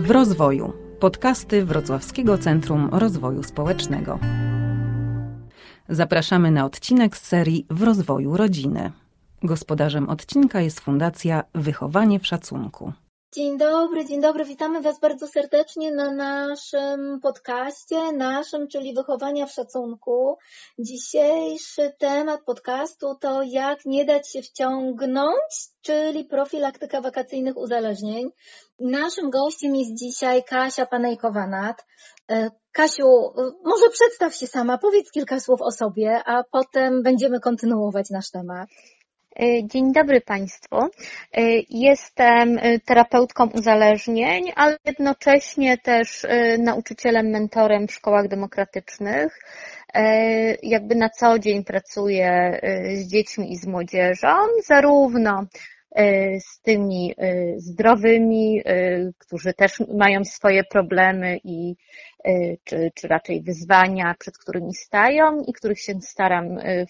W rozwoju. Podcasty Wrocławskiego Centrum Rozwoju Społecznego. Zapraszamy na odcinek z serii W rozwoju rodziny. Gospodarzem odcinka jest Fundacja Wychowanie w Szacunku. Dzień dobry, witamy Was bardzo serdecznie na naszym podcaście, czyli Wychowania w Szacunku. Dzisiejszy temat podcastu to jak nie dać się wciągnąć, czyli profilaktyka wakacyjnych uzależnień. Naszym gościem jest dzisiaj Kasia Panejkowa-Nat. Kasiu, może przedstaw się sama, powiedz kilka słów o sobie, a potem będziemy kontynuować nasz temat. Dzień dobry Państwu. Jestem terapeutką uzależnień, ale jednocześnie też nauczycielem, mentorem w szkołach demokratycznych. Jakby na co dzień pracuję z dziećmi i z młodzieżą, zarówno z tymi zdrowymi, którzy też mają swoje problemy czy raczej wyzwania, przed którymi stają i których się staram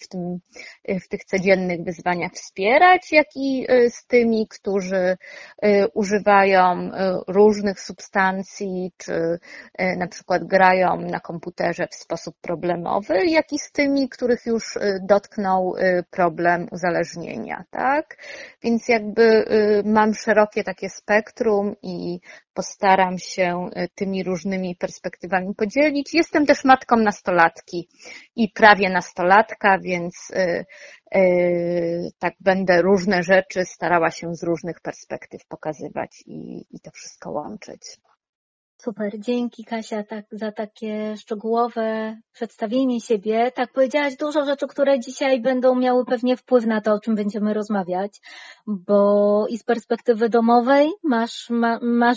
w tych codziennych wyzwaniach wspierać, jak i z tymi, którzy używają różnych substancji, czy na przykład grają na komputerze w sposób problemowy, jak i z tymi, których już dotknął problem uzależnienia, tak? Więc jakby mam szerokie takie spektrum i postaram się tymi różnymi perspektywami podzielić. Jestem też matką nastolatki i prawie nastolatka, więc tak będę różne rzeczy starała się z różnych perspektyw pokazywać i to wszystko łączyć. Super, dzięki Kasia za takie szczegółowe przedstawienie siebie. Tak, powiedziałaś dużo rzeczy, które dzisiaj będą miały pewnie wpływ na to, o czym będziemy rozmawiać, bo i z perspektywy domowej masz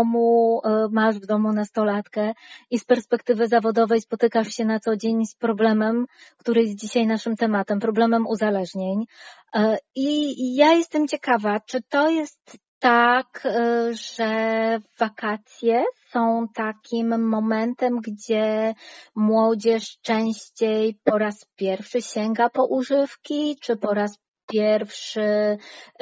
w domu nastolatkę i z perspektywy zawodowej spotykasz się na co dzień z problemem, który jest dzisiaj naszym tematem, problemem uzależnień. I ja jestem ciekawa, czy to jest tak, że wakacje są takim momentem, gdzie młodzież częściej po raz pierwszy sięga po używki, czy po raz pierwszy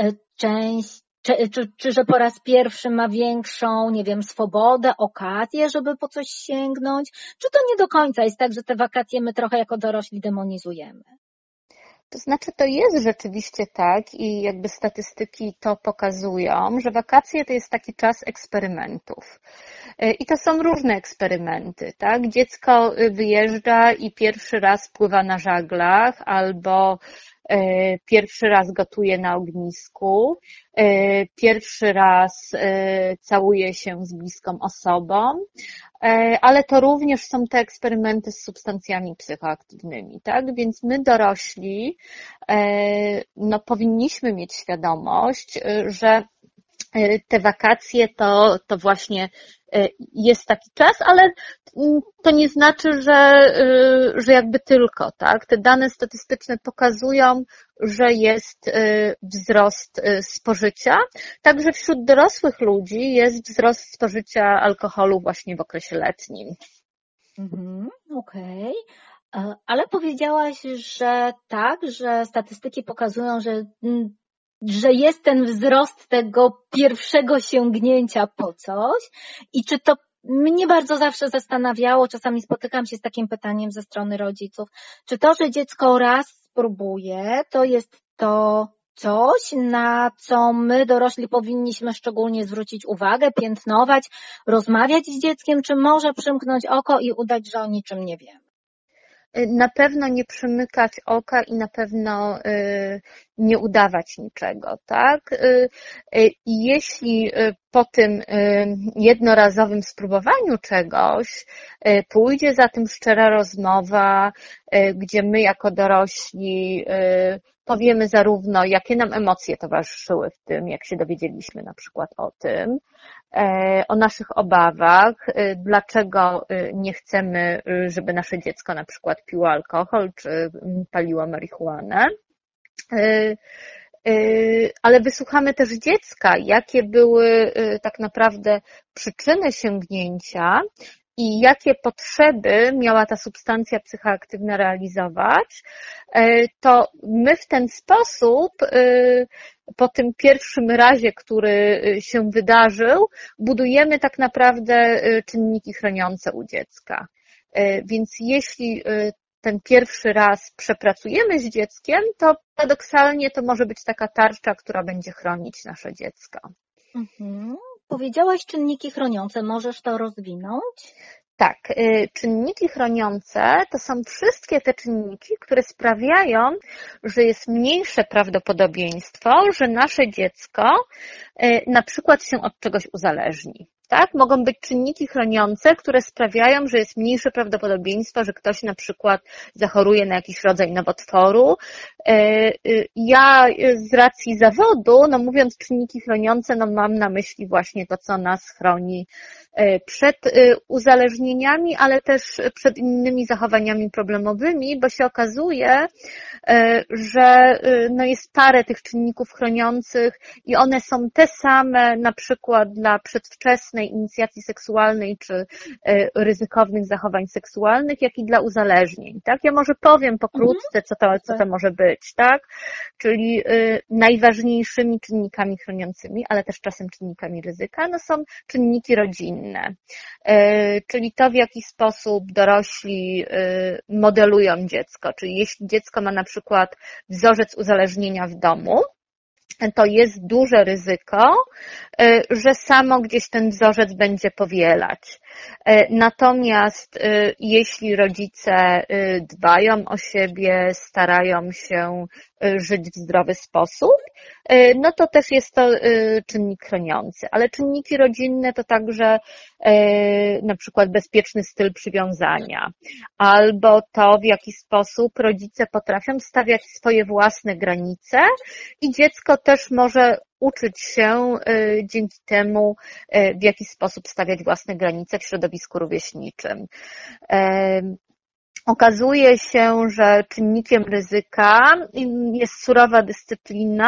czy że po raz pierwszy ma większą, nie wiem, swobodę, okazję, żeby po coś sięgnąć? Czy to nie do końca jest tak, że te wakacje my trochę jako dorośli demonizujemy? To znaczy, to jest rzeczywiście tak i jakby statystyki to pokazują, że wakacje to jest taki czas eksperymentów. I to są różne eksperymenty, tak? Dziecko wyjeżdża i pierwszy raz pływa na żaglach albo pierwszy raz gotuje na ognisku, pierwszy raz całuje się z bliską osobą, ale to również są te eksperymenty z substancjami psychoaktywnymi, tak? Więc my dorośli powinniśmy mieć świadomość, że te wakacje to właśnie jest taki czas, ale to nie znaczy, że jakby tylko, tak? Te dane statystyczne pokazują, że jest wzrost spożycia. Także wśród dorosłych ludzi jest wzrost spożycia alkoholu właśnie w okresie letnim. Okej. Ale powiedziałaś, że tak, że statystyki pokazują, że jest ten wzrost tego pierwszego sięgnięcia po coś i czy to mnie bardzo zawsze zastanawiało, czasami spotykam się z takim pytaniem ze strony rodziców, czy to, że dziecko raz spróbuje, to jest to coś, na co my dorośli powinniśmy szczególnie zwrócić uwagę, piętnować, rozmawiać z dzieckiem, czy może przymknąć oko i udać, że o niczym nie wiemy? Na pewno nie przymykać oka i na pewno nie udawać niczego, tak? I jeśli po tym jednorazowym spróbowaniu czegoś pójdzie za tym szczera rozmowa, gdzie my jako dorośli powiemy zarówno, jakie nam emocje towarzyszyły w tym, jak się dowiedzieliśmy na przykład o tym, o naszych obawach, dlaczego nie chcemy, żeby nasze dziecko na przykład piło alkohol czy paliło marihuanę. Ale wysłuchamy też dziecka, jakie były tak naprawdę przyczyny sięgnięcia i jakie potrzeby miała ta substancja psychoaktywna realizować, to my w ten sposób po tym pierwszym razie, który się wydarzył, budujemy tak naprawdę czynniki chroniące u dziecka. Więc jeśli ten pierwszy raz przepracujemy z dzieckiem, to paradoksalnie to może być taka tarcza, która będzie chronić nasze dziecko. Powiedziałaś czynniki chroniące, możesz to rozwinąć? Tak, czynniki chroniące to są wszystkie te czynniki, które sprawiają, że jest mniejsze prawdopodobieństwo, że nasze dziecko na przykład się od czegoś uzależni. Tak? Mogą być czynniki chroniące, które sprawiają, że jest mniejsze prawdopodobieństwo, że ktoś na przykład zachoruje na jakiś rodzaj nowotworu. Ja z racji zawodu, mówiąc czynniki chroniące, mam na myśli właśnie to, co nas chroni przed uzależnieniami, ale też przed innymi zachowaniami problemowymi, bo się okazuje, że jest parę tych czynników chroniących i one są te same na przykład dla przedwczesnej inicjacji seksualnej czy ryzykownych zachowań seksualnych, jak i dla uzależnień. Tak? Ja może powiem pokrótce, co to może być, tak? Czyli najważniejszymi czynnikami chroniącymi, ale też czasem czynnikami ryzyka, są czynniki rodzinne. Czyli to, w jaki sposób dorośli modelują dziecko. Czyli jeśli dziecko ma na przykład wzorzec uzależnienia w domu, to jest duże ryzyko, że samo gdzieś ten wzorzec będzie powielać. Natomiast jeśli rodzice dbają o siebie, starają się żyć w zdrowy sposób, to też jest to czynnik chroniący. Ale czynniki rodzinne to także na przykład bezpieczny styl przywiązania, albo to, w jaki sposób rodzice potrafią stawiać swoje własne granice i dziecko też może uczyć się dzięki temu, w jaki sposób stawiać własne granice w środowisku rówieśniczym. Okazuje się, że czynnikiem ryzyka jest surowa dyscyplina,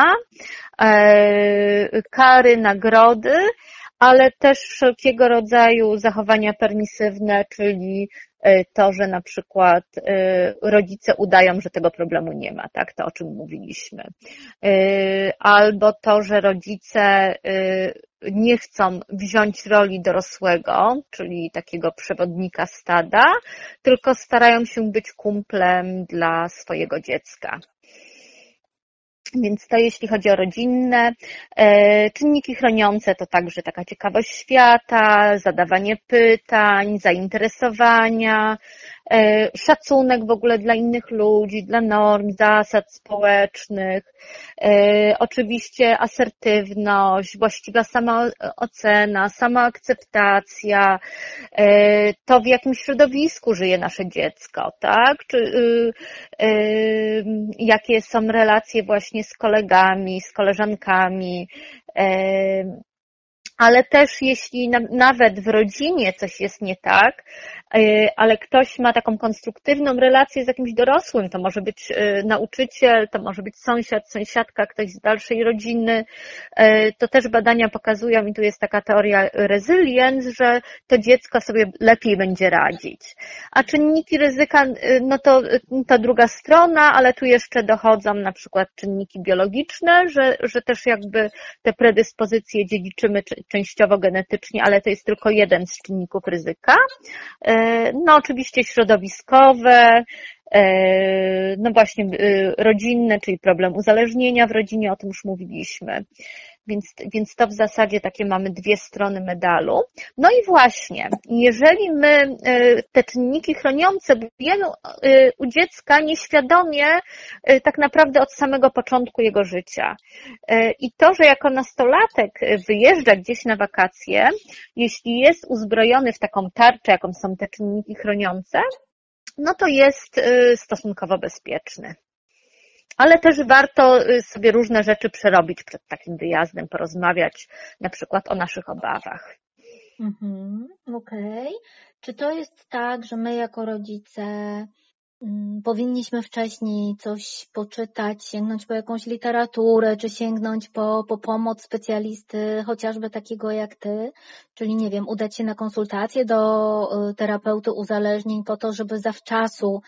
kary, nagrody, ale też wszelkiego rodzaju zachowania permisywne, czyli to, że na przykład rodzice udają, że tego problemu nie ma, tak, to o czym mówiliśmy. Albo to, że rodzice nie chcą wziąć roli dorosłego, czyli takiego przewodnika stada, tylko starają się być kumplem dla swojego dziecka. Więc to jeśli chodzi o rodzinne. Czynniki chroniące to także taka ciekawość świata, zadawanie pytań, zainteresowania, szacunek w ogóle dla innych ludzi, dla norm, zasad społecznych, oczywiście asertywność, właściwa samoocena, samoakceptacja, to w jakim środowisku żyje nasze dziecko, tak? Jakie są relacje właśnie z kolegami, z koleżankami, ale też jeśli nawet w rodzinie coś jest nie tak, ale ktoś ma taką konstruktywną relację z jakimś dorosłym, to może być nauczyciel, to może być sąsiad, sąsiadka, ktoś z dalszej rodziny, to też badania pokazują i tu jest taka teoria resilience, że to dziecko sobie lepiej będzie radzić. A czynniki ryzyka, to druga strona, ale tu jeszcze dochodzą na przykład czynniki biologiczne, że też jakby te predyspozycje dziedziczymy częściowo genetycznie, ale to jest tylko jeden z czynników ryzyka. Oczywiście środowiskowe, właśnie rodzinne, czyli problem uzależnienia w rodzinie, o tym już mówiliśmy. Więc to w zasadzie takie mamy dwie strony medalu. No i właśnie, jeżeli my te czynniki chroniące budujemy u dziecka nieświadomie tak naprawdę od samego początku jego życia. I to, że jako nastolatek wyjeżdża gdzieś na wakacje, jeśli jest uzbrojony w taką tarczę, jaką są te czynniki chroniące, to jest stosunkowo bezpieczny. Ale też warto sobie różne rzeczy przerobić przed takim wyjazdem, porozmawiać na przykład o naszych obawach. Okej. Czy to jest tak, że my jako rodzice powinniśmy wcześniej coś poczytać, sięgnąć po jakąś literaturę, czy sięgnąć po pomoc specjalisty, chociażby takiego jak ty, czyli nie wiem, udać się na konsultacje do terapeuty uzależnień po to, żeby zawczasu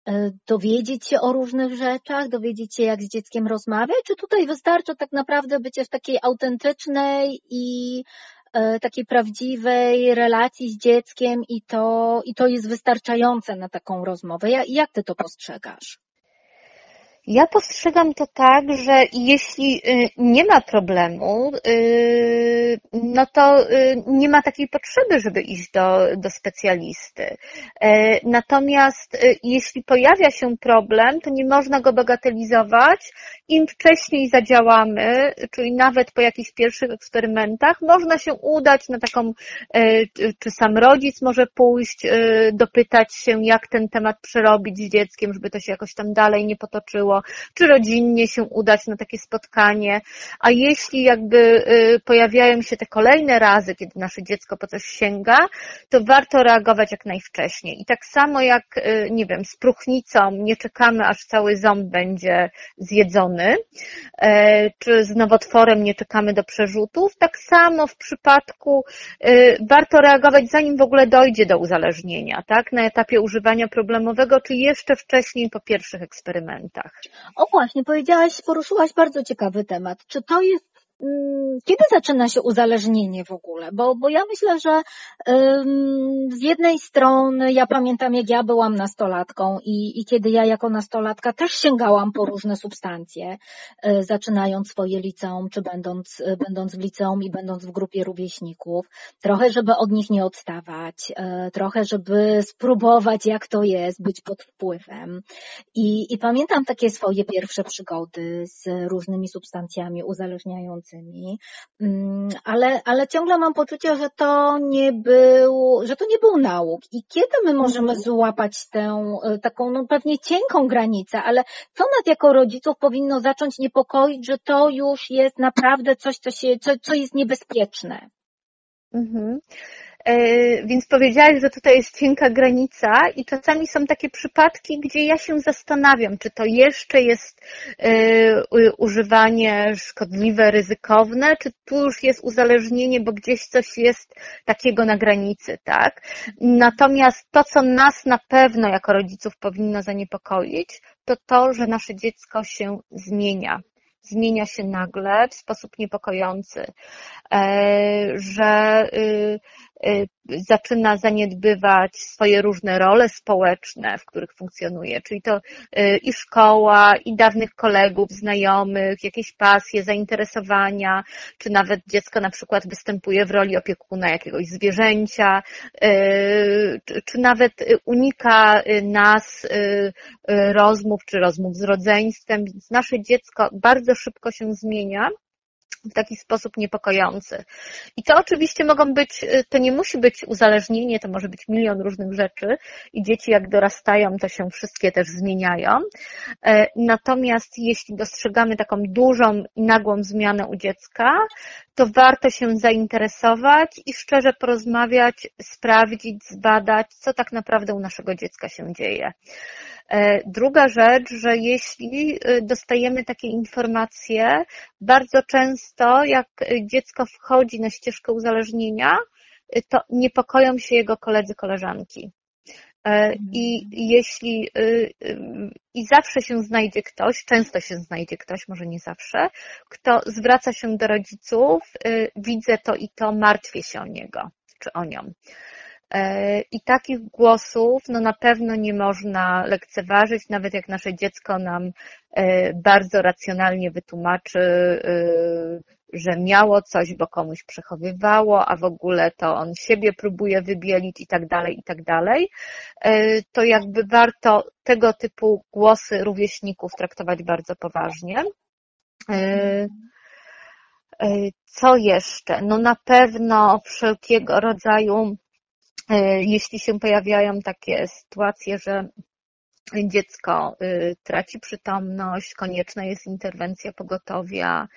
dowiedzieć się o różnych rzeczach, dowiedzieć się, jak z dzieckiem rozmawiać, czy tutaj wystarczy tak naprawdę bycie w takiej autentycznej i takiej prawdziwej relacji z dzieckiem i to jest wystarczające na taką rozmowę. Jak ty to postrzegasz? Ja postrzegam to tak, że jeśli nie ma problemu, no to nie ma takiej potrzeby, żeby iść do specjalisty. Natomiast jeśli pojawia się problem, to nie można go bagatelizować. Im wcześniej zadziałamy, czyli nawet po jakichś pierwszych eksperymentach, można się udać na taką, czy sam rodzic może pójść, dopytać się, jak ten temat przerobić z dzieckiem, żeby to się jakoś tam dalej nie potoczyło, czy rodzinnie się udać na takie spotkanie, a jeśli jakby pojawiają się te kolejne razy, kiedy nasze dziecko po coś sięga, to warto reagować jak najwcześniej. I tak samo jak, nie wiem, z próchnicą nie czekamy, aż cały ząb będzie zjedzony, czy z nowotworem nie czekamy do przerzutów, tak samo w przypadku warto reagować, zanim w ogóle dojdzie do uzależnienia, tak? Na etapie używania problemowego, czy jeszcze wcześniej po pierwszych eksperymentach. O właśnie, poruszyłaś bardzo ciekawy temat. Czy to jest, kiedy zaczyna się uzależnienie w ogóle? Bo ja myślę, że z jednej strony ja pamiętam, jak ja byłam nastolatką i kiedy ja jako nastolatka też sięgałam po różne substancje, zaczynając swoje liceum, czy będąc w liceum i będąc w grupie rówieśników, trochę żeby od nich nie odstawać, trochę żeby spróbować, jak to jest być pod wpływem. I pamiętam takie swoje pierwsze przygody z różnymi substancjami uzależniającymi, ale ciągle mam poczucie, że to nie był nauk. I kiedy my możemy złapać tę taką, no pewnie cienką granicę, ale co nas jako rodziców powinno zacząć niepokoić, że to już jest naprawdę coś, co jest niebezpieczne? Mhm. Więc powiedziałaś, że tutaj jest cienka granica i czasami są takie przypadki, gdzie ja się zastanawiam, czy to jeszcze jest używanie szkodliwe, ryzykowne, czy tu już jest uzależnienie, bo gdzieś coś jest takiego na granicy, tak? Natomiast to, co nas na pewno jako rodziców powinno zaniepokoić, to to, że nasze dziecko się zmienia. Zmienia się nagle w sposób niepokojący, że zaczyna zaniedbywać swoje różne role społeczne, w których funkcjonuje, czyli to i szkoła, i dawnych kolegów, znajomych, jakieś pasje, zainteresowania, czy nawet dziecko na przykład występuje w roli opiekuna jakiegoś zwierzęcia, czy nawet unika nas, rozmów, czy rozmów z rodzeństwem, więc nasze dziecko bardzo szybko się zmienia w taki sposób niepokojący. I to oczywiście to nie musi być uzależnienie, to może być milion różnych rzeczy i dzieci jak dorastają, to się wszystkie też zmieniają. Natomiast jeśli dostrzegamy taką dużą i nagłą zmianę u dziecka, to warto się zainteresować i szczerze porozmawiać, sprawdzić, zbadać, co tak naprawdę u naszego dziecka się dzieje. Druga rzecz, że jeśli dostajemy takie informacje, bardzo często jak dziecko wchodzi na ścieżkę uzależnienia, to niepokoją się jego koledzy, koleżanki. I zawsze się znajdzie ktoś, często się znajdzie ktoś, może nie zawsze, kto zwraca się do rodziców, widzę to i to, martwię się o niego czy o nią. I takich głosów na pewno nie można lekceważyć, nawet jak nasze dziecko nam bardzo racjonalnie wytłumaczy, że miało coś, bo komuś przechowywało, a w ogóle to on siebie próbuje wybielić i tak dalej, to jakby warto tego typu głosy rówieśników traktować bardzo poważnie. Co jeszcze? Na pewno wszelkiego rodzaju, jeśli się pojawiają takie sytuacje, że dziecko traci przytomność, konieczna jest interwencja pogotowia,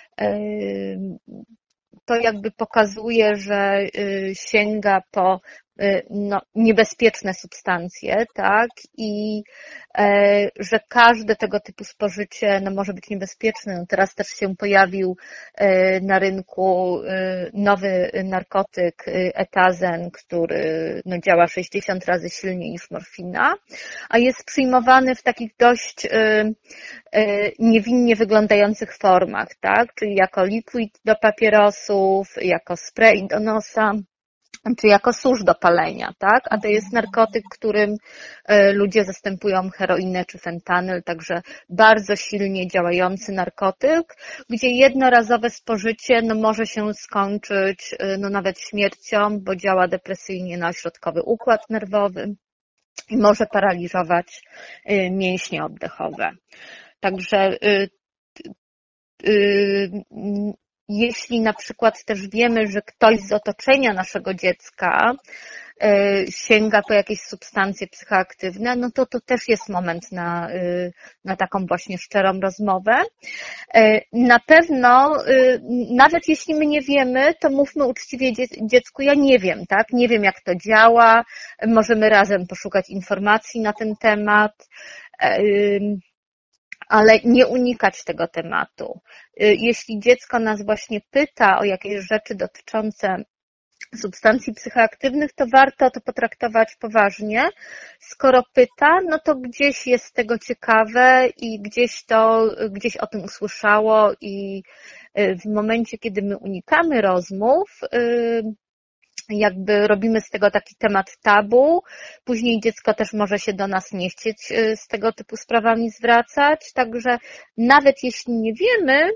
to jakby pokazuje, że sięga po niebezpieczne substancje, tak, i że każde tego typu spożycie może być niebezpieczne. Teraz też się pojawił na rynku nowy narkotyk etazen, który działa 60 razy silniej niż morfina, a jest przyjmowany w takich dość niewinnie wyglądających formach, tak, czyli jako liquid do papierosów, jako spray do nosa, czy jako susz do palenia, tak? A to jest narkotyk, którym ludzie zastępują heroinę czy fentanyl, także bardzo silnie działający narkotyk, gdzie jednorazowe spożycie może się skończyć nawet śmiercią, bo działa depresyjnie na ośrodkowy układ nerwowy i może paraliżować mięśnie oddechowe. Także jeśli na przykład też wiemy, że ktoś z otoczenia naszego dziecka sięga po jakieś substancje psychoaktywne, no to też jest moment na taką właśnie szczerą rozmowę. Na pewno, nawet jeśli my nie wiemy, to mówmy uczciwie dziecku, ja nie wiem, tak? Nie wiem, jak to działa, możemy razem poszukać informacji na ten temat, ale nie unikać tego tematu. Jeśli dziecko nas właśnie pyta o jakieś rzeczy dotyczące substancji psychoaktywnych, to warto to potraktować poważnie. Skoro pyta, no to gdzieś jest tego ciekawe i gdzieś o tym usłyszało i w momencie, kiedy my unikamy rozmów, jakby robimy z tego taki temat tabu, później dziecko też może się do nas nie chcieć z tego typu sprawami zwracać, także nawet jeśli nie wiemy,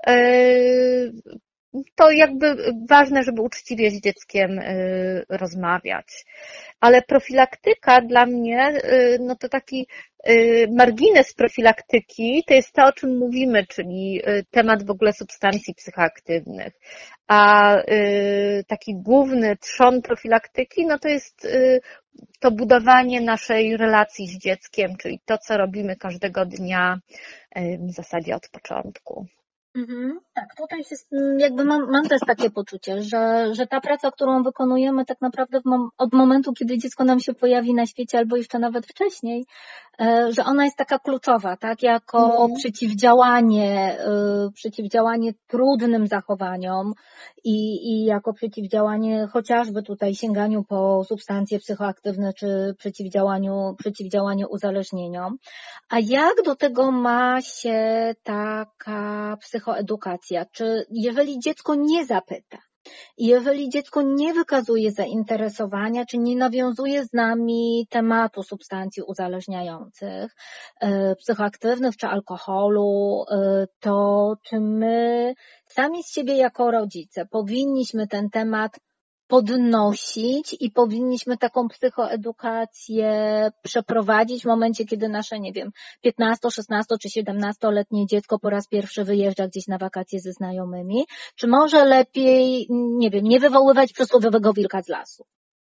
to jakby ważne, żeby uczciwie z dzieckiem rozmawiać. Ale profilaktyka dla mnie, no to taki margines profilaktyki to jest to, o czym mówimy, czyli temat w ogóle substancji psychoaktywnych. A taki główny trzon profilaktyki, no to jest to budowanie naszej relacji z dzieckiem, czyli to, co robimy każdego dnia w zasadzie od początku. Tak, tutaj jest, jakby mam też takie poczucie, że ta praca, którą wykonujemy tak naprawdę od momentu, kiedy dziecko nam się pojawi na świecie, albo jeszcze nawet wcześniej, że ona jest taka kluczowa, tak, jako przeciwdziałanie trudnym zachowaniom i jako przeciwdziałanie chociażby tutaj sięganiu po substancje psychoaktywne, czy przeciwdziałaniu uzależnieniom. A jak do tego ma się taka psychoedukacja? Czy jeżeli dziecko nie zapyta, jeżeli dziecko nie wykazuje zainteresowania, czy nie nawiązuje z nami tematu substancji uzależniających, psychoaktywnych czy alkoholu, to czy my sami z siebie jako rodzice powinniśmy ten temat podnosić i powinniśmy taką psychoedukację przeprowadzić w momencie, kiedy nasze, nie wiem, 15, 16 czy 17-letnie dziecko po raz pierwszy wyjeżdża gdzieś na wakacje ze znajomymi, czy może lepiej, nie wiem, nie wywoływać przysłowiowego wilka z lasu?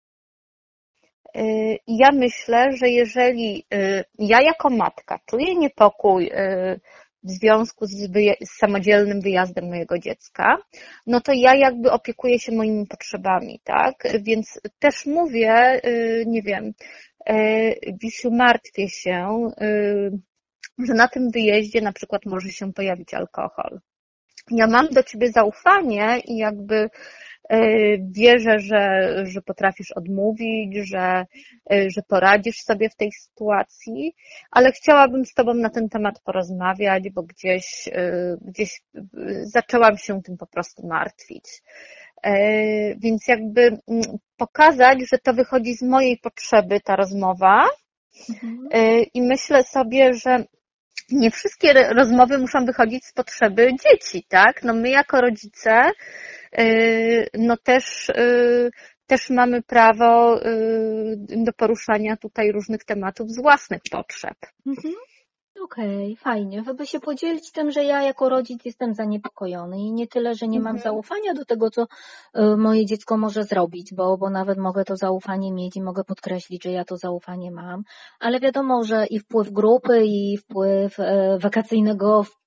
Ja myślę, że jeżeli ja jako matka czuję niepokój w związku z samodzielnym wyjazdem mojego dziecka, no to ja jakby opiekuję się moimi potrzebami, tak? Więc też mówię, nie wiem, Wisiu, martwię się, że na tym wyjeździe na przykład może się pojawić alkohol. Ja mam do ciebie zaufanie i jakby wierzę, że potrafisz odmówić, że poradzisz sobie w tej sytuacji, ale chciałabym z tobą na ten temat porozmawiać, bo gdzieś zaczęłam się tym po prostu martwić. Więc jakby pokazać, że to wychodzi z mojej potrzeby ta rozmowa i myślę sobie, że nie wszystkie rozmowy muszą wychodzić z potrzeby dzieci, tak? No my jako rodzice no też mamy prawo do poruszania tutaj różnych tematów z własnych potrzeb. Okej, fajnie. Żeby się podzielić tym, że ja jako rodzic jestem zaniepokojony i nie tyle, że nie mam zaufania do tego, co moje dziecko może zrobić, bo nawet mogę to zaufanie mieć i mogę podkreślić, że ja to zaufanie mam, ale wiadomo, że i wpływ grupy, i wpływ wakacyjnego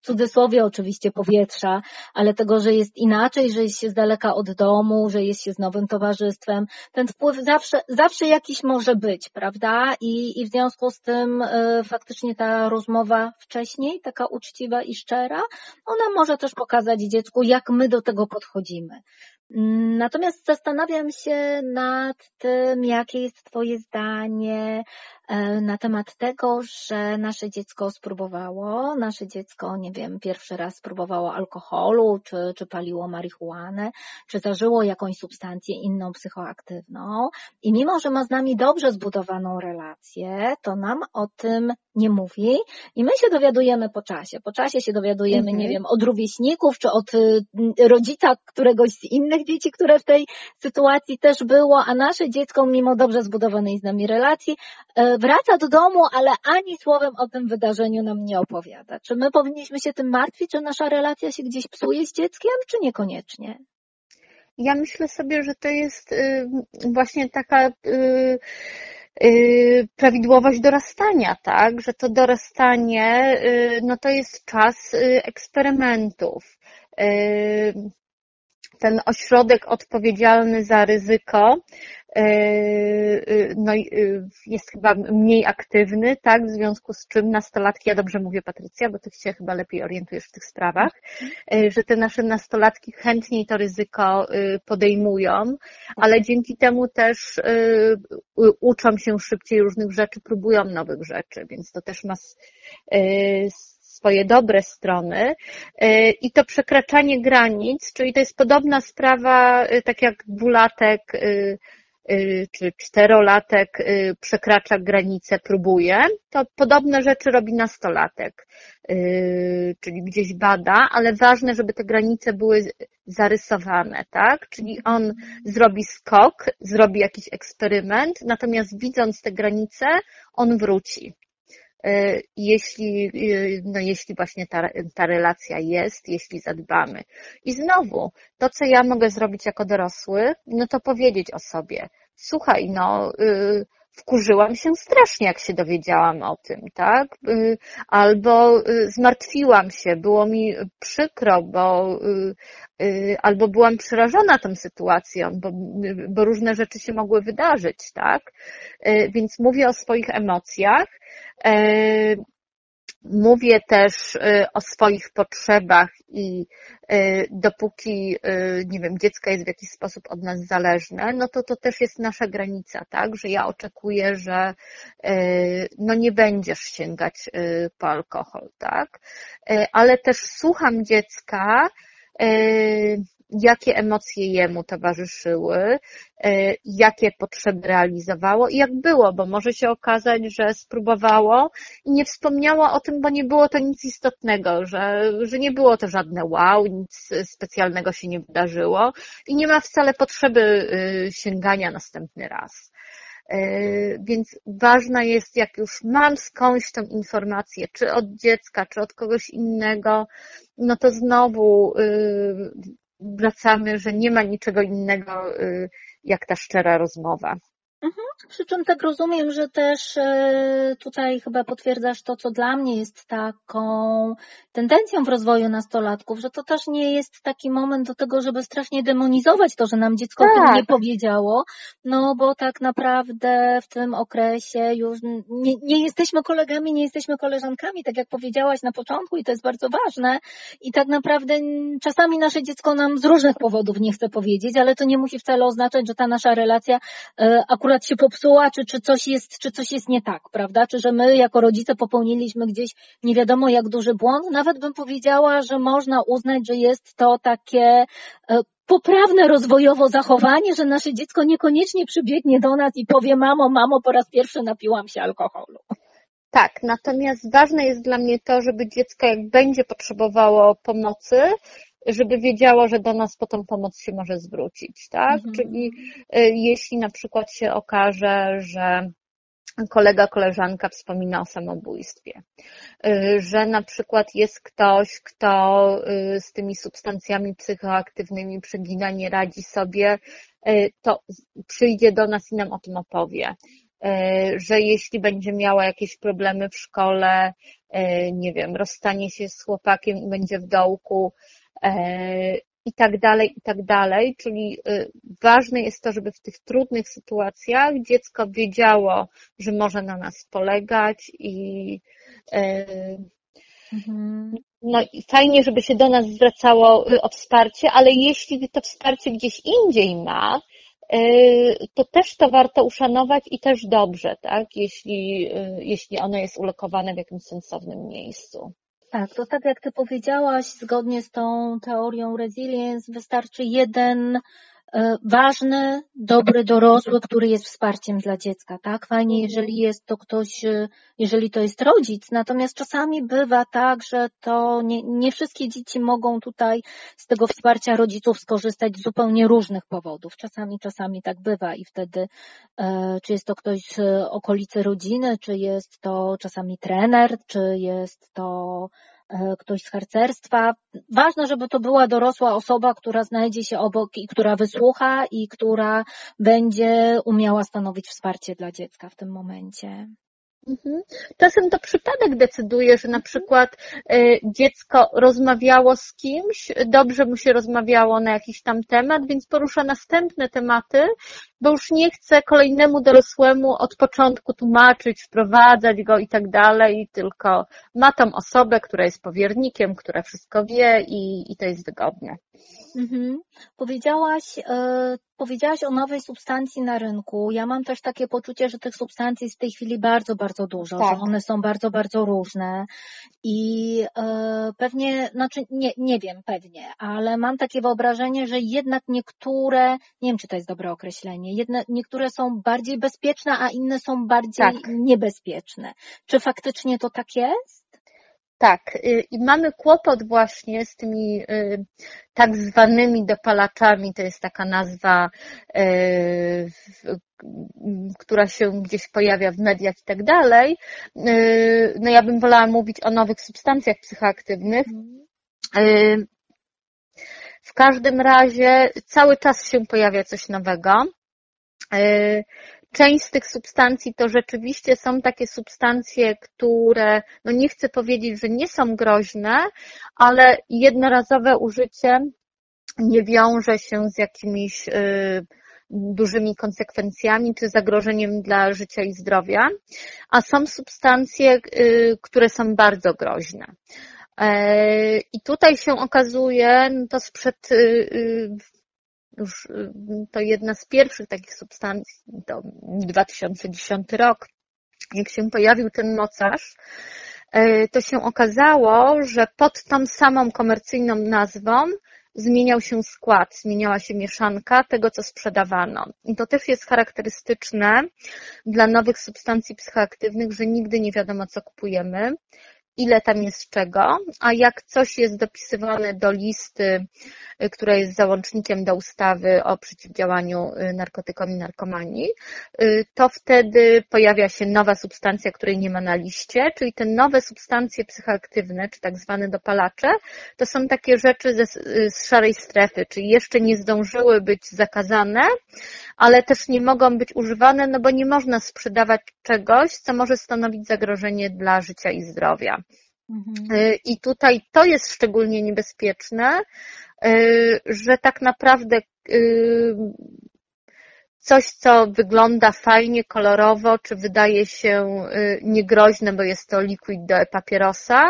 w cudzysłowie oczywiście powietrza, ale tego, że jest inaczej, że jest się z daleka od domu, że jest się z nowym towarzystwem. Ten wpływ zawsze jakiś może być, prawda? I w związku z tym faktycznie ta rozmowa wcześniej, taka uczciwa i szczera, ona może też pokazać dziecku, jak my do tego podchodzimy. Natomiast zastanawiam się nad tym, jakie jest Twoje zdanie na temat tego, że nasze dziecko spróbowało, nie wiem, pierwszy raz spróbowało alkoholu, czy paliło marihuanę, czy zażyło jakąś substancję inną psychoaktywną i mimo, że ma z nami dobrze zbudowaną relację, to nam o tym nie mówi i my się dowiadujemy po czasie. Po czasie się dowiadujemy, nie wiem, od rówieśników, czy od rodzica któregoś z innych dzieci, które w tej sytuacji też było, a nasze dziecko, mimo dobrze zbudowanej z nami relacji, wraca do domu, ale ani słowem o tym wydarzeniu nam nie opowiada. Czy my powinniśmy się tym martwić, czy nasza relacja się gdzieś psuje z dzieckiem, czy niekoniecznie? Ja myślę sobie, że to jest właśnie taka prawidłowość dorastania, tak? Że to dorastanie, no to jest czas eksperymentów. Ten ośrodek odpowiedzialny za ryzyko no, jest chyba mniej aktywny, tak? W związku z czym nastolatki, ja dobrze mówię, Patrycja, bo ty się chyba lepiej orientujesz w tych sprawach, że te nasze nastolatki chętniej to ryzyko podejmują, ale dzięki temu też uczą się szybciej różnych rzeczy, próbują nowych rzeczy, więc to też ma swoje dobre strony i to przekraczanie granic, czyli to jest podobna sprawa, tak jak dwulatek czy czterolatek przekracza granicę, próbuje, to podobne rzeczy robi nastolatek, czyli gdzieś bada, ale ważne, żeby te granice były zarysowane, tak? Czyli on zrobi skok, zrobi jakiś eksperyment, natomiast widząc te granice, on wróci. Jeśli właśnie ta relacja jest, jeśli zadbamy. I znowu, to co ja mogę zrobić jako dorosły, no to powiedzieć o sobie, słuchaj, wkurzyłam się strasznie, jak się dowiedziałam o tym, tak? Albo zmartwiłam się, było mi przykro, albo byłam przerażona tą sytuacją, bo różne rzeczy się mogły wydarzyć, tak? Więc mówię o swoich emocjach. Mówię też o swoich potrzebach i dopóki, nie wiem, dziecko jest w jakiś sposób od nas zależne, no to też jest nasza granica, tak, że ja oczekuję, że nie będziesz sięgać po alkohol, tak, ale też słucham dziecka, jakie emocje jemu towarzyszyły, jakie potrzeby realizowało i jak było, bo może się okazać, że spróbowało i nie wspomniało o tym, bo nie było to nic istotnego, że nie było to żadne wow, nic specjalnego się nie wydarzyło i nie ma wcale potrzeby sięgania następny raz. Więc ważna jest, jak już mam skądś tą informację, czy od dziecka, czy od kogoś innego, no to znowu wracamy, że nie ma niczego innego jak ta szczera rozmowa. Przy czym tak rozumiem, że też tutaj chyba potwierdzasz to, co dla mnie jest taką tendencją w rozwoju nastolatków, że to też nie jest taki moment do tego, żeby strasznie demonizować to, że nam dziecko o tym nie powiedziało, no bo tak naprawdę w tym okresie już nie jesteśmy kolegami, nie jesteśmy koleżankami, tak jak powiedziałaś na początku i to jest bardzo ważne i tak naprawdę czasami nasze dziecko nam z różnych powodów nie chce powiedzieć, ale to nie musi wcale oznaczać, że ta nasza relacja akurat się popsuła, czy coś jest nie tak, prawda? Czy że my jako rodzice popełniliśmy gdzieś nie wiadomo jak duży błąd. Nawet bym powiedziała, że można uznać, że jest to takie poprawne rozwojowo zachowanie, że nasze dziecko niekoniecznie przybiegnie do nas i powie mamo, po raz pierwszy napiłam się alkoholu. Tak, natomiast ważne jest dla mnie to, żeby dziecko jak będzie potrzebowało pomocy, żeby wiedziało, że do nas po tą pomoc się może zwrócić, tak? Czyli jeśli na przykład się okaże, że koleżanka wspomina o samobójstwie, że na przykład jest ktoś, kto z tymi substancjami psychoaktywnymi przegina, nie radzi sobie, to przyjdzie do nas i nam o tym opowie. że jeśli będzie miała jakieś problemy w szkole, nie wiem, rozstanie się z chłopakiem i będzie w dołku i tak dalej, i tak dalej. Czyli ważne jest to, żeby w tych trudnych sytuacjach dziecko wiedziało, że może na nas polegać i no i fajnie, żeby się do nas zwracało o wsparcie, ale jeśli to wsparcie gdzieś indziej ma, to też to warto uszanować i też dobrze, tak? Jeśli ono jest ulokowane w jakimś sensownym miejscu. Tak, to tak jak Ty powiedziałaś, zgodnie z tą teorią resilience, wystarczy jeden ważny, dobry dorosły, który jest wsparciem dla dziecka, tak? Fajnie, jeżeli jest to ktoś, jeżeli to jest rodzic, natomiast czasami bywa tak, że to nie wszystkie dzieci mogą tutaj z tego wsparcia rodziców skorzystać z zupełnie różnych powodów. Czasami tak bywa i wtedy, czy jest to ktoś z okolicy rodziny, czy jest to czasami trener, czy jest to ktoś z harcerstwa. Ważne, żeby to była dorosła osoba, która znajdzie się obok i która wysłucha i która będzie umiała stanowić wsparcie dla dziecka w tym momencie. Czasem to przypadek decyduje, że na przykład dziecko rozmawiało z kimś, dobrze mu się rozmawiało na jakiś tam temat, więc porusza następne tematy, bo już nie chce kolejnemu dorosłemu od początku tłumaczyć, wprowadzać go i tak dalej, tylko ma tą osobę, która jest powiernikiem, która wszystko wie i to jest wygodne. Powiedziałaś o nowej substancji na rynku. Ja mam też takie poczucie, że tych substancji jest w tej chwili bardzo, bardzo dużo, tak, że one są bardzo, bardzo różne i pewnie, znaczy nie wiem pewnie, ale mam takie wyobrażenie, że jednak niektóre, nie wiem czy to jest dobre określenie, niektóre są bardziej bezpieczne, a inne są bardziej niebezpieczne. Czy faktycznie to tak jest? Tak, i mamy kłopot właśnie z tymi tak zwanymi dopalaczami, to jest taka nazwa, która się gdzieś pojawia w mediach i tak dalej. No ja bym wolała mówić o nowych substancjach psychoaktywnych. W każdym razie cały czas się pojawia coś nowego. Część z tych substancji to rzeczywiście są takie substancje, które, no nie chcę powiedzieć, że nie są groźne, ale jednorazowe użycie nie wiąże się z jakimiś dużymi konsekwencjami czy zagrożeniem dla życia i zdrowia, a są substancje, które są bardzo groźne. I tutaj się okazuje, to już to jedna z pierwszych takich substancji, to 2010 rok, jak się pojawił ten mocarz, to się okazało, że pod tą samą komercyjną nazwą zmieniał się skład, zmieniała się mieszanka tego, co sprzedawano. I to też jest charakterystyczne dla nowych substancji psychoaktywnych, że nigdy nie wiadomo, co kupujemy, ile tam jest czego, a jak coś jest dopisywane do listy, która jest załącznikiem do ustawy o przeciwdziałaniu narkotykom i narkomanii, to wtedy pojawia się nowa substancja, której nie ma na liście, czyli te nowe substancje psychoaktywne, czy tak zwane dopalacze, to są takie rzeczy z szarej strefy, czyli jeszcze nie zdążyły być zakazane, ale też nie mogą być używane, no bo nie można sprzedawać czegoś, co może stanowić zagrożenie dla życia i zdrowia. I tutaj to jest szczególnie niebezpieczne, że tak naprawdę coś, co wygląda fajnie, kolorowo, czy wydaje się niegroźne, bo jest to liquid do papierosa,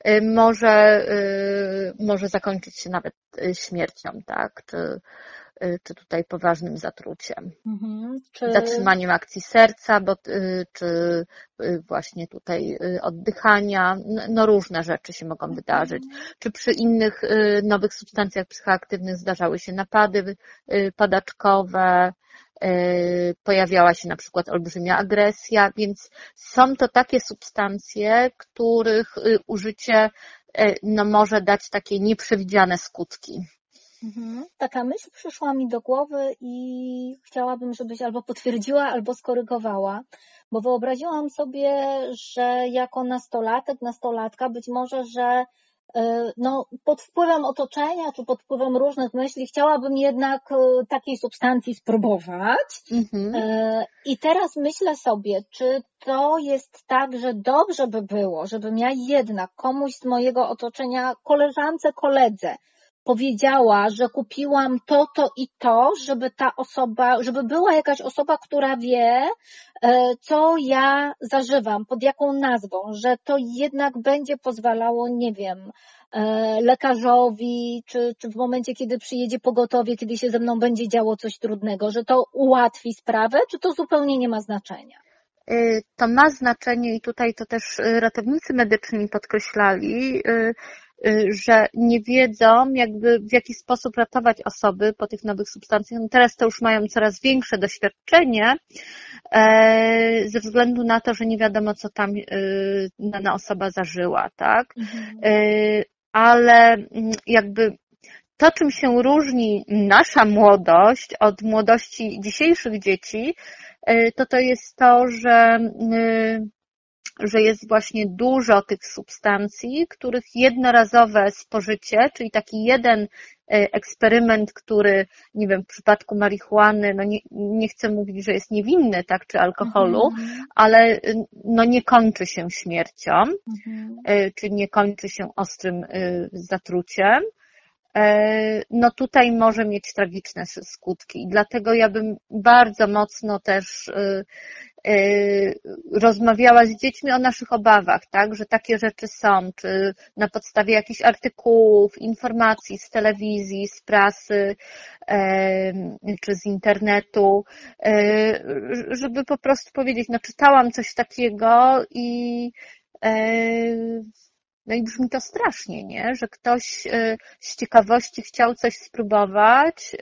może zakończyć się nawet śmiercią, tak? Czy tutaj poważnym zatruciem, zatrzymaniem akcji serca, czy właśnie tutaj oddychania, no różne rzeczy się mogą wydarzyć. Czy przy innych nowych substancjach psychoaktywnych zdarzały się napady padaczkowe, pojawiała się na przykład olbrzymia agresja, więc są to takie substancje, których użycie no, może dać takie nieprzewidziane skutki. Taka myśl przyszła mi do głowy i chciałabym, żebyś albo potwierdziła, albo skorygowała, bo wyobraziłam sobie, że jako nastolatek, nastolatka być może, że no, pod wpływem otoczenia czy pod wpływem różnych myśli chciałabym jednak takiej substancji spróbować. I teraz myślę sobie, czy to jest tak, że dobrze by było, żebym ja jednak komuś z mojego otoczenia, koleżance, koledze powiedziała, że kupiłam to i to, żeby ta osoba, żeby była jakaś osoba, która wie, co ja zażywam, pod jaką nazwą, że to jednak będzie pozwalało, nie wiem, lekarzowi, czy w momencie, kiedy przyjedzie pogotowie, kiedy się ze mną będzie działo coś trudnego, że to ułatwi sprawę, czy to zupełnie nie ma znaczenia? To ma znaczenie i tutaj to też ratownicy medyczni podkreślali, że nie wiedzą jakby w jaki sposób ratować osoby po tych nowych substancjach. No teraz to już mają coraz większe doświadczenie ze względu na to, że nie wiadomo co tam dana osoba zażyła, tak? Ale jakby to, czym się różni nasza młodość od młodości dzisiejszych dzieci, to jest to, że jest właśnie dużo tych substancji, których jednorazowe spożycie, czyli taki jeden eksperyment, który, nie wiem, w przypadku marihuany, no nie chcę mówić, że jest niewinny, tak, czy alkoholu, ale no nie kończy się śmiercią, czy nie kończy się ostrym zatruciem. No tutaj może mieć tragiczne skutki. I dlatego ja bym bardzo mocno też rozmawiała z dziećmi o naszych obawach, tak, że takie rzeczy są, czy na podstawie jakichś artykułów, informacji z telewizji, z prasy, czy z internetu, żeby po prostu powiedzieć, no czytałam coś takiego no i brzmi to strasznie, nie? Że ktoś z ciekawości chciał coś spróbować,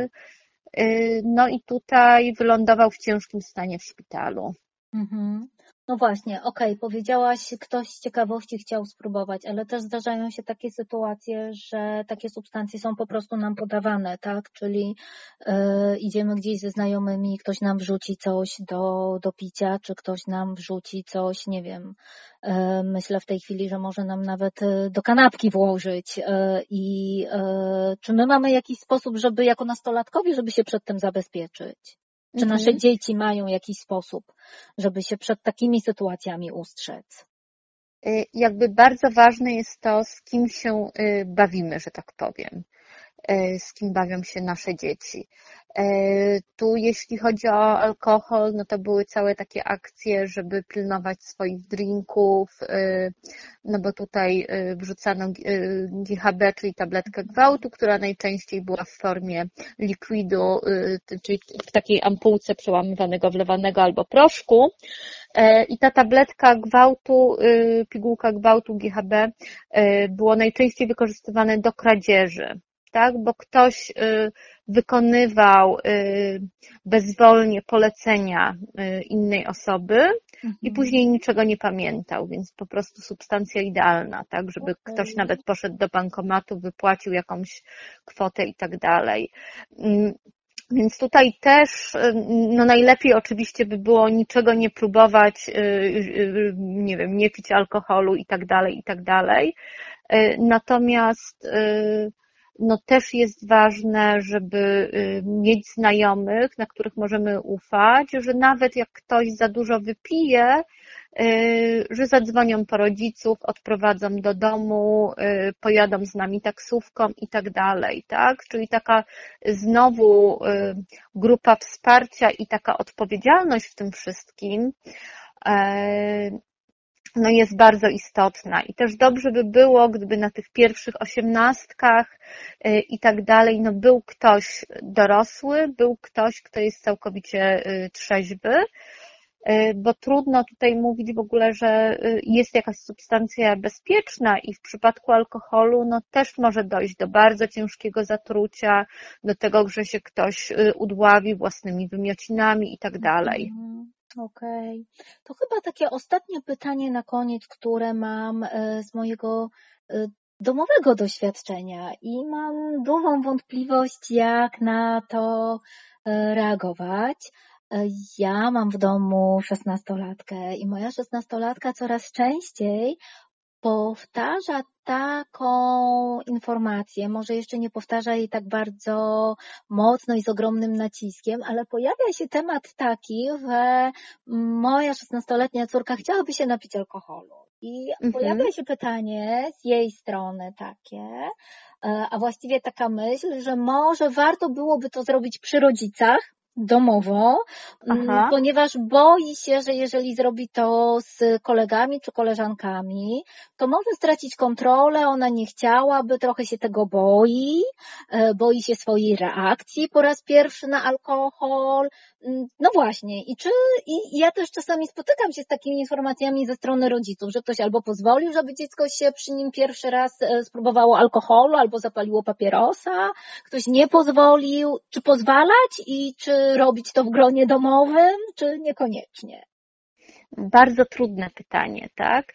no i tutaj wylądował w ciężkim stanie w szpitalu. No właśnie, powiedziałaś, ktoś z ciekawości chciał spróbować, ale też zdarzają się takie sytuacje, że takie substancje są po prostu nam podawane, tak? Czyli idziemy gdzieś ze znajomymi, ktoś nam wrzuci coś do picia, czy ktoś nam wrzuci coś, nie wiem, myślę w tej chwili, że może nam nawet do kanapki włożyć i czy my mamy jakiś sposób, żeby jako nastolatkowie, żeby się przed tym zabezpieczyć? Czy nasze dzieci mają jakiś sposób, żeby się przed takimi sytuacjami ustrzec? Jakby bardzo ważne jest to, z kim się bawimy, że tak powiem, z kim bawią się nasze dzieci. Tu jeśli chodzi o alkohol, no to były całe takie akcje, żeby pilnować swoich drinków, no bo tutaj wrzucano GHB, czyli tabletkę gwałtu, która najczęściej była w formie likwidu, czyli w takiej ampułce przełamywanego, wlewanego albo proszku. I ta tabletka gwałtu, pigułka gwałtu GHB było najczęściej wykorzystywane do kradzieży. Tak, bo ktoś wykonywał bezwolnie polecenia innej osoby i później niczego nie pamiętał, więc po prostu substancja idealna, tak, żeby ktoś nawet poszedł do bankomatu, wypłacił jakąś kwotę i tak dalej. Więc tutaj też, no najlepiej oczywiście by było niczego nie próbować, nie wiem, nie pić alkoholu i tak dalej. Natomiast no też jest ważne, żeby mieć znajomych, na których możemy ufać, że nawet jak ktoś za dużo wypije, że zadzwonią po rodziców, odprowadzą do domu, pojadą z nami taksówką i tak dalej, tak? Czyli taka znowu grupa wsparcia i taka odpowiedzialność w tym wszystkim no jest bardzo istotna i też dobrze by było, gdyby na tych pierwszych 18 i tak dalej, no był ktoś dorosły, był ktoś, kto jest całkowicie trzeźwy, bo trudno tutaj mówić w ogóle, że jest jakaś substancja bezpieczna i w przypadku alkoholu no też może dojść do bardzo ciężkiego zatrucia, do tego, że się ktoś udławi własnymi wymiocinami i tak dalej. Okej. To chyba takie ostatnie pytanie na koniec, które mam z mojego domowego doświadczenia i mam dużą wątpliwość, jak na to reagować. Ja mam w domu 16-latkę i moja 16-latka coraz częściej powtarza taką informację, może jeszcze nie powtarza jej tak bardzo mocno i z ogromnym naciskiem, ale pojawia się temat taki, że moja 16-letnia córka chciałaby się napić alkoholu. I pojawia się pytanie z jej strony takie, a właściwie taka myśl, że może warto byłoby to zrobić przy rodzicach, domowo, ponieważ boi się, że jeżeli zrobi to z kolegami czy koleżankami, to może stracić kontrolę, ona nie chciałaby, trochę się tego boi się swojej reakcji po raz pierwszy na alkohol. No właśnie, i ja też czasami spotykam się z takimi informacjami ze strony rodziców, że ktoś albo pozwolił, żeby dziecko się przy nim pierwszy raz spróbowało alkoholu, albo zapaliło papierosa, ktoś nie pozwolił, czy pozwalać i czy robić to w gronie domowym, czy niekoniecznie? Bardzo trudne pytanie, tak?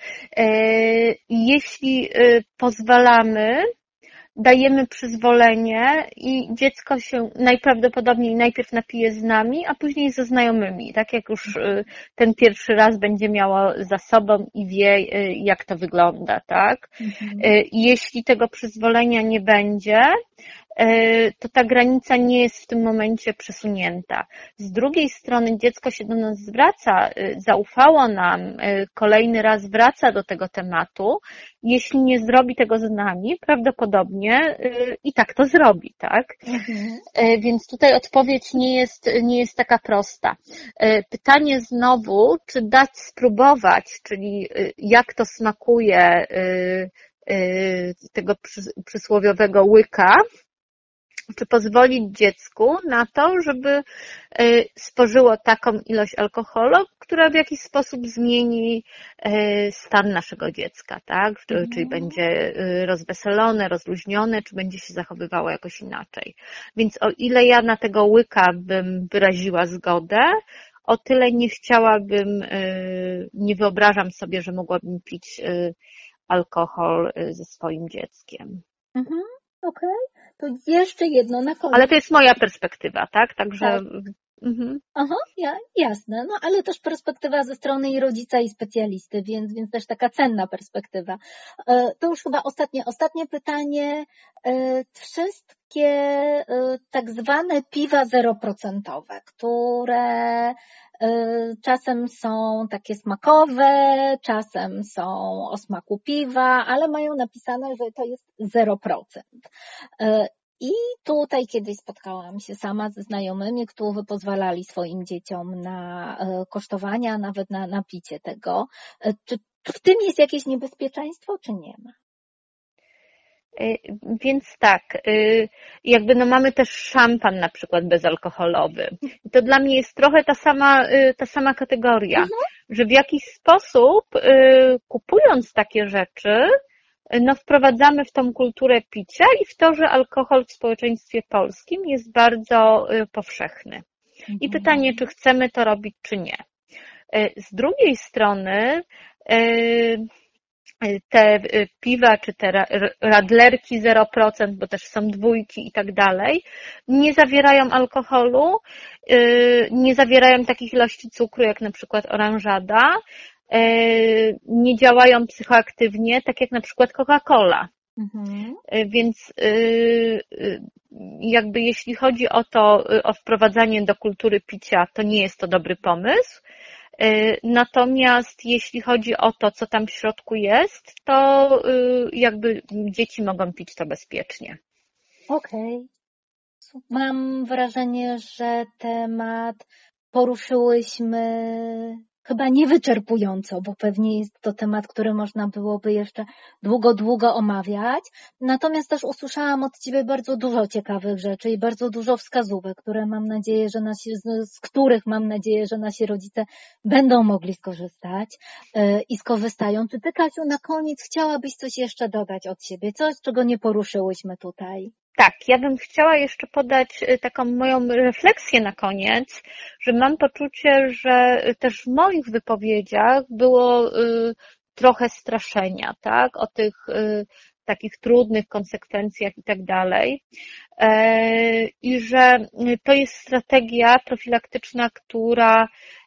Jeśli pozwalamy, dajemy przyzwolenie i dziecko się najprawdopodobniej najpierw napije z nami, a później ze znajomymi, tak jak już ten pierwszy raz będzie miało za sobą i wie, jak to wygląda, tak? Jeśli tego przyzwolenia nie będzie, to ta granica nie jest w tym momencie przesunięta. Z drugiej strony dziecko się do nas zwraca, zaufało nam, kolejny raz wraca do tego tematu. Jeśli nie zrobi tego z nami, prawdopodobnie i tak to zrobi, tak? Więc tutaj odpowiedź nie jest taka prosta. Pytanie znowu, czy dać spróbować, czyli jak to smakuje tego przysłowiowego łyka, czy pozwolić dziecku na to, żeby spożyło taką ilość alkoholu, która w jakiś sposób zmieni stan naszego dziecka, tak? Czyli będzie rozweselone, rozluźnione, czy będzie się zachowywało jakoś inaczej. Więc o ile ja na tego łyka bym wyraziła zgodę, o tyle nie chciałabym, nie wyobrażam sobie, że mogłabym pić alkohol ze swoim dzieckiem. Okej. To jeszcze jedno na koniec. Ale to jest moja perspektywa, tak? Także... Tak. Jasne. No ale też perspektywa ze strony i rodzica, i specjalisty, więc też taka cenna perspektywa. To już chyba ostatnie pytanie. Wszystkie tak zwane piwa 0%, które czasem są takie smakowe, czasem są o smaku piwa, ale mają napisane, że to jest 0%. I tutaj kiedyś spotkałam się sama ze znajomymi, którzy pozwalali swoim dzieciom na kosztowania, nawet na picie tego. Czy w tym jest jakieś niebezpieczeństwo, czy nie ma? Więc tak, jakby mamy też szampan na przykład bezalkoholowy. I to dla mnie jest trochę ta sama kategoria, że w jakiś sposób kupując takie rzeczy, wprowadzamy w tą kulturę picia i w to, że alkohol w społeczeństwie polskim jest bardzo powszechny. I pytanie, czy chcemy to robić, czy nie. Z drugiej strony te piwa, czy te radlerki 0%, bo też są dwójki i tak dalej, nie zawierają alkoholu, nie zawierają takich ilości cukru, jak na przykład oranżada, nie działają psychoaktywnie, tak jak na przykład Coca-Cola. Więc jakby jeśli chodzi o wprowadzanie do kultury picia, to nie jest to dobry pomysł. Natomiast jeśli chodzi o to, co tam w środku jest, to jakby dzieci mogą pić to bezpiecznie. Okej. Mam wrażenie, że temat poruszyłyśmy chyba niewyczerpująco, bo pewnie jest to temat, który można byłoby jeszcze długo omawiać. Natomiast też usłyszałam od Ciebie bardzo dużo ciekawych rzeczy i bardzo dużo wskazówek, które mam nadzieję, że z których mam nadzieję, że nasi rodzice będą mogli skorzystać i skorzystają. Czy Ty, Kasiu, na koniec chciałabyś coś jeszcze dodać od siebie? Coś, czego nie poruszyłyśmy tutaj? Tak, ja bym chciała jeszcze podać taką moją refleksję na koniec, że mam poczucie, że też w moich wypowiedziach było trochę straszenia, tak, o tych takich trudnych konsekwencjach i tak dalej. I że to jest strategia profilaktyczna, która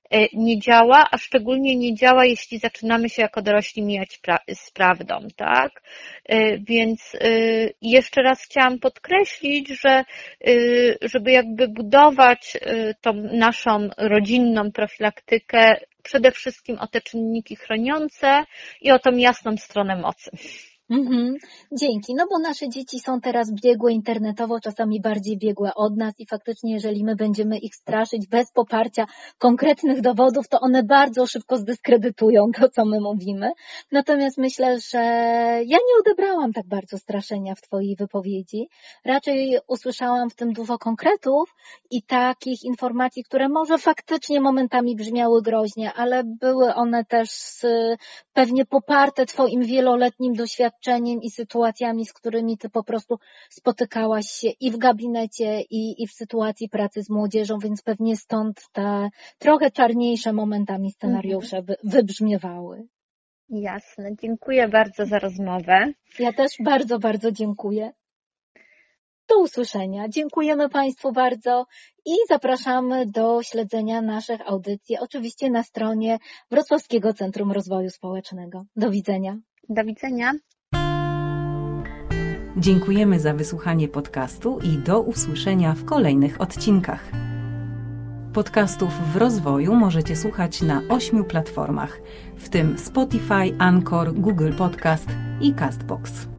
nie działa, a szczególnie nie działa, jeśli zaczynamy się jako dorośli mijać z prawdą, tak? Więc jeszcze raz chciałam podkreślić, że żeby jakby budować tą naszą rodzinną profilaktykę, przede wszystkim o te czynniki chroniące i o tą jasną stronę mocy. Dzięki, no bo nasze dzieci są teraz biegłe internetowo, czasami bardziej biegłe od nas i faktycznie jeżeli my będziemy ich straszyć bez poparcia konkretnych dowodów, to one bardzo szybko zdyskredytują to, co my mówimy. Natomiast myślę, że ja nie odebrałam tak bardzo straszenia w Twojej wypowiedzi. Raczej usłyszałam w tym dużo konkretów i takich informacji, które może faktycznie momentami brzmiały groźnie, ale były one też pewnie poparte Twoim wieloletnim doświadczeniem i sytuacjami, z którymi Ty po prostu spotykałaś się i w gabinecie, i w sytuacji pracy z młodzieżą, więc pewnie stąd te trochę czarniejsze momentami scenariusze wybrzmiewały. Jasne, dziękuję bardzo za rozmowę. Ja też bardzo, bardzo dziękuję. Do usłyszenia. Dziękujemy Państwu bardzo i zapraszamy do śledzenia naszych audycji, oczywiście na stronie Wrocławskiego Centrum Rozwoju Społecznego. Do widzenia. Do widzenia. Dziękujemy za wysłuchanie podcastu i do usłyszenia w kolejnych odcinkach. Podcastów w rozwoju możecie słuchać na 8 platformach, w tym Spotify, Anchor, Google Podcast i Castbox.